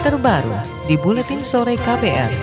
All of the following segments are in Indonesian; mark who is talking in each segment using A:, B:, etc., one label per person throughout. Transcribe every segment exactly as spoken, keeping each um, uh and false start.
A: terbaru di Buletin Sore K B R.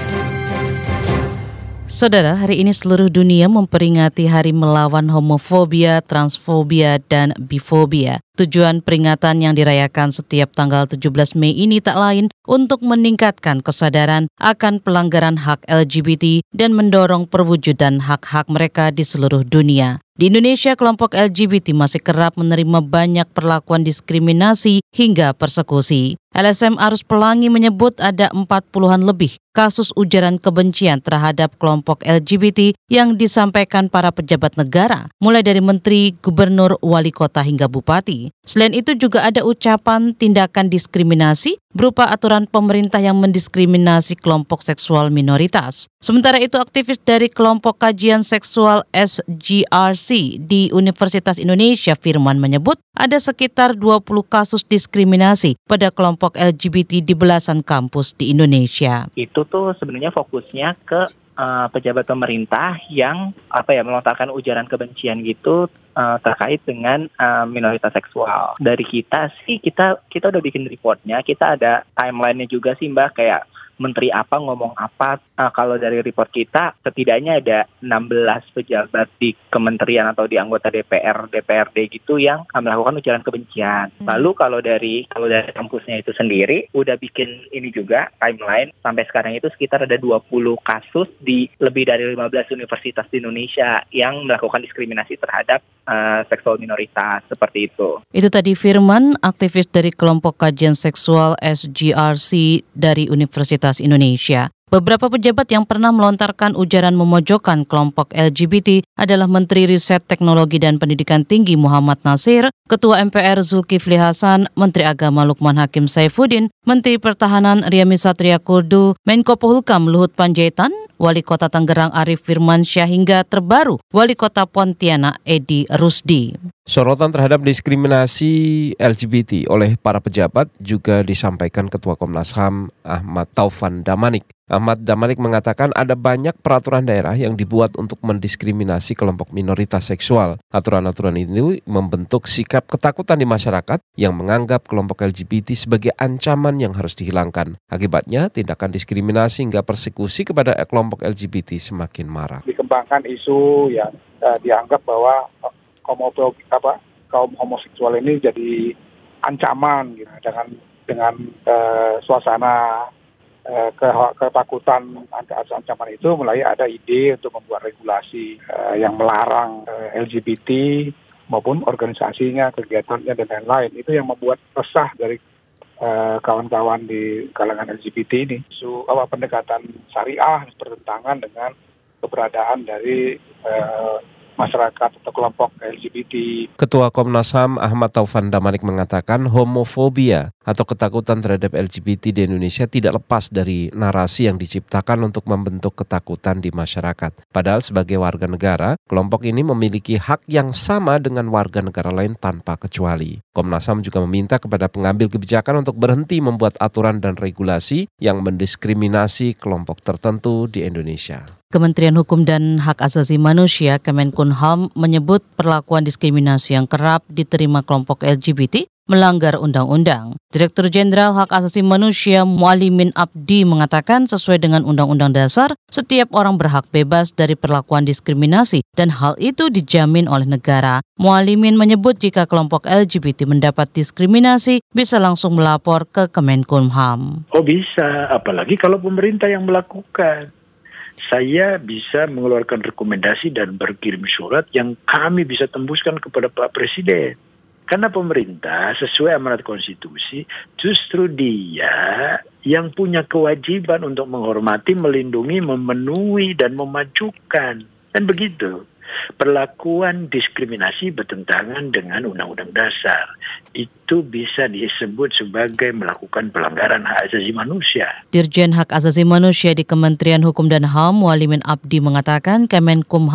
B: Saudara, hari ini seluruh dunia memperingati Hari Melawan Homofobia, Transfobia, dan Bifobia. Tujuan peringatan yang dirayakan setiap tanggal tujuh belas Mei ini tak lain untuk meningkatkan kesadaran akan pelanggaran hak L G B T dan mendorong perwujudan hak-hak mereka di seluruh dunia. Di Indonesia, kelompok L G B T masih kerap menerima banyak perlakuan diskriminasi hingga persekusi. L S M Arus Pelangi menyebut ada empat puluhan lebih kasus ujaran kebencian terhadap kelompok L G B T yang disampaikan para pejabat negara, mulai dari menteri, gubernur, wali kota hingga bupati. Selain itu juga ada ucapan tindakan diskriminasi berupa aturan pemerintah yang mendiskriminasi kelompok seksual minoritas. Sementara itu, aktivis dari kelompok kajian seksual S G R C di Universitas Indonesia, Firman, menyebut ada sekitar dua puluh kasus diskriminasi pada kelompok L G B T di belasan kampus di Indonesia.
C: Itu tuh sebenarnya fokusnya ke uh, pejabat pemerintah yang apa ya melontarkan ujaran kebencian gitu uh, terkait dengan uh, minoritas seksual. Dari kita sih kita kita udah bikin reportnya, kita ada timelinenya juga sih Mbak, kayak menteri apa ngomong apa. Uh, kalau dari report kita setidaknya ada enam belas pejabat di kementerian atau di anggota D P R, D P R D gitu yang uh, melakukan ujaran kebencian. Hmm. Lalu kalau dari kalau dari kampusnya itu sendiri udah bikin ini juga timeline sampai sekarang itu sekitar ada dua puluh kasus di lebih dari lima belas universitas di Indonesia yang melakukan diskriminasi terhadap uh, seksual minoritas seperti itu.
B: Itu tadi Firman, aktivis dari kelompok kajian seksual S G R C dari Universitas Indonesia. Beberapa pejabat yang pernah melontarkan ujaran memojokkan kelompok L G B T adalah Menteri Riset Teknologi dan Pendidikan Tinggi Muhammad Nasir, Ketua M P R Zulkifli Hasan, Menteri Agama Lukman Hakim Saifuddin, Menteri Pertahanan Riami Satria Kurdu, Menko Polhukam Luhut Panjaitan, Wali Kota Tangerang Arif Firmansyah hingga terbaru Wali Kota Pontianak Edi Rusdi.
D: Sorotan terhadap diskriminasi L G B T oleh para pejabat juga disampaikan Ketua Komnas H A M Ahmad Taufan Damanik. Ahmad Damanik mengatakan ada banyak peraturan daerah yang dibuat untuk mendiskriminasi kelompok minoritas seksual. Aturan-aturan ini membentuk sikap ketakutan di masyarakat yang menganggap kelompok L G B T sebagai ancaman yang harus dihilangkan. Akibatnya, tindakan diskriminasi hingga persekusi kepada kelompok L G B T semakin marak.
E: Dikembangkan isu yang uh, dianggap bahwa Homofob, apa, kaum homoseksual ini jadi ancaman gitu, dengan dengan uh, suasana uh, ke, ketakutan atas ancaman itu, mulai ada ide untuk membuat regulasi uh, yang melarang uh, L G B T maupun organisasinya, kegiatannya dan lain-lain. Itu yang membuat resah dari uh, kawan-kawan di kalangan L G B T ini. So, apa, pendekatan syariah bertentangan dengan keberadaan dari uh, masyarakat atau kelompok L G B T.
D: Ketua Komnas H A M Ahmad Taufan Damanik mengatakan homofobia atau ketakutan terhadap L G B T di Indonesia tidak lepas dari narasi yang diciptakan untuk membentuk ketakutan di masyarakat. Padahal sebagai warga negara, kelompok ini memiliki hak yang sama dengan warga negara lain tanpa kecuali. Komnas H A M juga meminta kepada pengambil kebijakan untuk berhenti membuat aturan dan regulasi yang mendiskriminasi kelompok tertentu di Indonesia.
B: Kementerian Hukum dan Hak Asasi Manusia Kemenkumham menyebut perlakuan diskriminasi yang kerap diterima kelompok L G B T melanggar undang-undang. Direktur Jenderal Hak Asasi Manusia Mualimin Abdi mengatakan sesuai dengan Undang-Undang Dasar, setiap orang berhak bebas dari perlakuan diskriminasi dan hal itu dijamin oleh negara. Mualimin menyebut jika kelompok L G B T mendapat diskriminasi bisa langsung melapor ke Kemenkumham.
F: Oh bisa, apalagi kalau pemerintah yang melakukan. Saya bisa mengeluarkan rekomendasi dan berkirim surat yang kami bisa tembuskan kepada Pak Presiden. Karena pemerintah sesuai amanat konstitusi justru dia yang punya kewajiban untuk menghormati, melindungi, memenuhi, dan memajukan. Dan begitu. Perlakuan diskriminasi bertentangan dengan Undang-Undang Dasar. Itu bisa disebut sebagai melakukan pelanggaran hak asasi manusia.
B: Dirjen Hak Asasi Manusia di Kementerian Hukum dan H A M Mualimin Abdi mengatakan Kemenkumham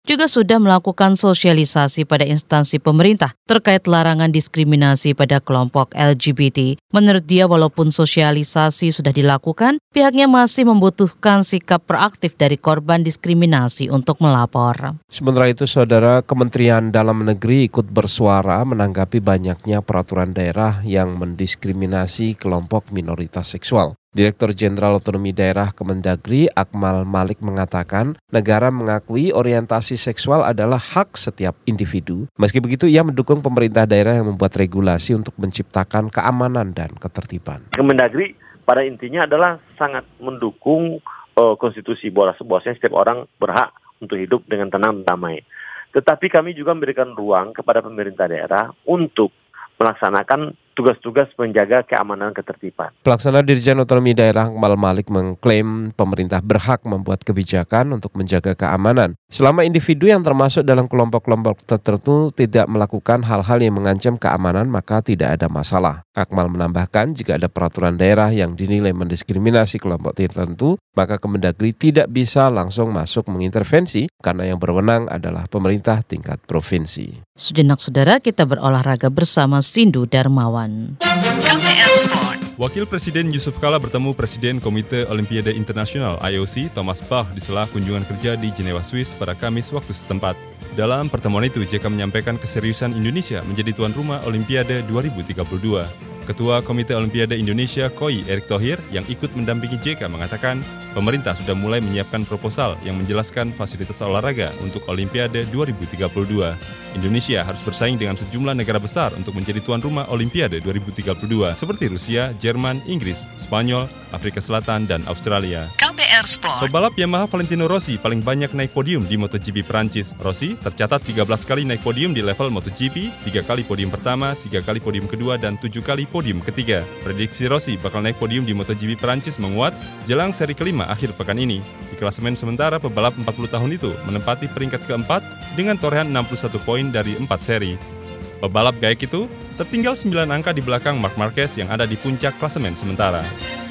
B: juga sudah melakukan sosialisasi pada instansi pemerintah terkait larangan diskriminasi pada kelompok L G B T. Menurut dia, walaupun sosialisasi sudah dilakukan, pihaknya masih membutuhkan sikap proaktif dari korban diskriminasi untuk melapor.
D: Sementara itu, Saudara, Kementerian Dalam Negeri ikut bersuara menanggapi banyaknya peraturan daerah yang mendiskriminasi kelompok minoritas seksual. Direktur Jenderal Otonomi Daerah Kemendagri Akmal Malik mengatakan negara mengakui orientasi seksual adalah hak setiap individu. Meski begitu, ia mendukung pemerintah daerah yang membuat regulasi untuk menciptakan keamanan dan ketertiban.
G: Kemendagri pada intinya adalah sangat mendukung uh, konstitusi bahwasanya setiap orang berhak untuk hidup dengan tenang dan damai. Tetapi kami juga memberikan ruang kepada pemerintah daerah untuk melaksanakan tugas-tugas menjaga keamanan ketertiban.
D: Pelaksana Dirjen Otonomi Daerah Akmal Malik mengklaim pemerintah berhak membuat kebijakan untuk menjaga keamanan. Selama individu yang termasuk dalam kelompok-kelompok tertentu tidak melakukan hal-hal yang mengancam keamanan, maka tidak ada masalah. Akmal menambahkan, jika ada peraturan daerah yang dinilai mendiskriminasi kelompok tertentu, maka Kemendagri tidak bisa langsung masuk mengintervensi karena yang berwenang adalah pemerintah tingkat provinsi.
B: Sejenak saudara, kita berolahraga bersama Sindu Darmawan.
A: K P R Sport.
H: Wakil Presiden Yusuf Kala bertemu Presiden Komite Olimpiade Internasional I O C Thomas Bach di sela kunjungan kerja di Jenewa, Swiss pada Kamis waktu setempat. Dalam pertemuan itu, J K menyampaikan keseriusan Indonesia menjadi tuan rumah Olimpiade dua ribu tiga puluh dua. Ketua Komite Olimpiade Indonesia K O I Erick Thohir yang ikut mendampingi J K mengatakan pemerintah sudah mulai menyiapkan proposal yang menjelaskan fasilitas olahraga untuk Olimpiade dua ribu tiga puluh dua. Indonesia harus bersaing dengan sejumlah negara besar untuk menjadi tuan rumah Olimpiade dua ribu tiga puluh dua seperti Rusia, Jerman, Inggris, Spanyol, Afrika Selatan, dan Australia.
A: K P R Sport.
H: Pebalap Yamaha Valentino Rossi paling banyak naik podium di MotoGP Perancis. Rossi tercatat tiga belas kali naik podium di level MotoGP, tiga kali podium pertama, tiga kali podium kedua, dan tujuh kali podium ketiga. Prediksi Rossi bakal naik podium di MotoGP Perancis menguat jelang seri kelima akhir pekan ini. Di klasemen sementara, pebalap empat puluh tahun itu menempati peringkat keempat dengan torehan enam puluh satu poin dari empat seri. Pebalap gaek itu tertinggal sembilan angka di belakang Marc Marquez yang ada di puncak klasemen sementara.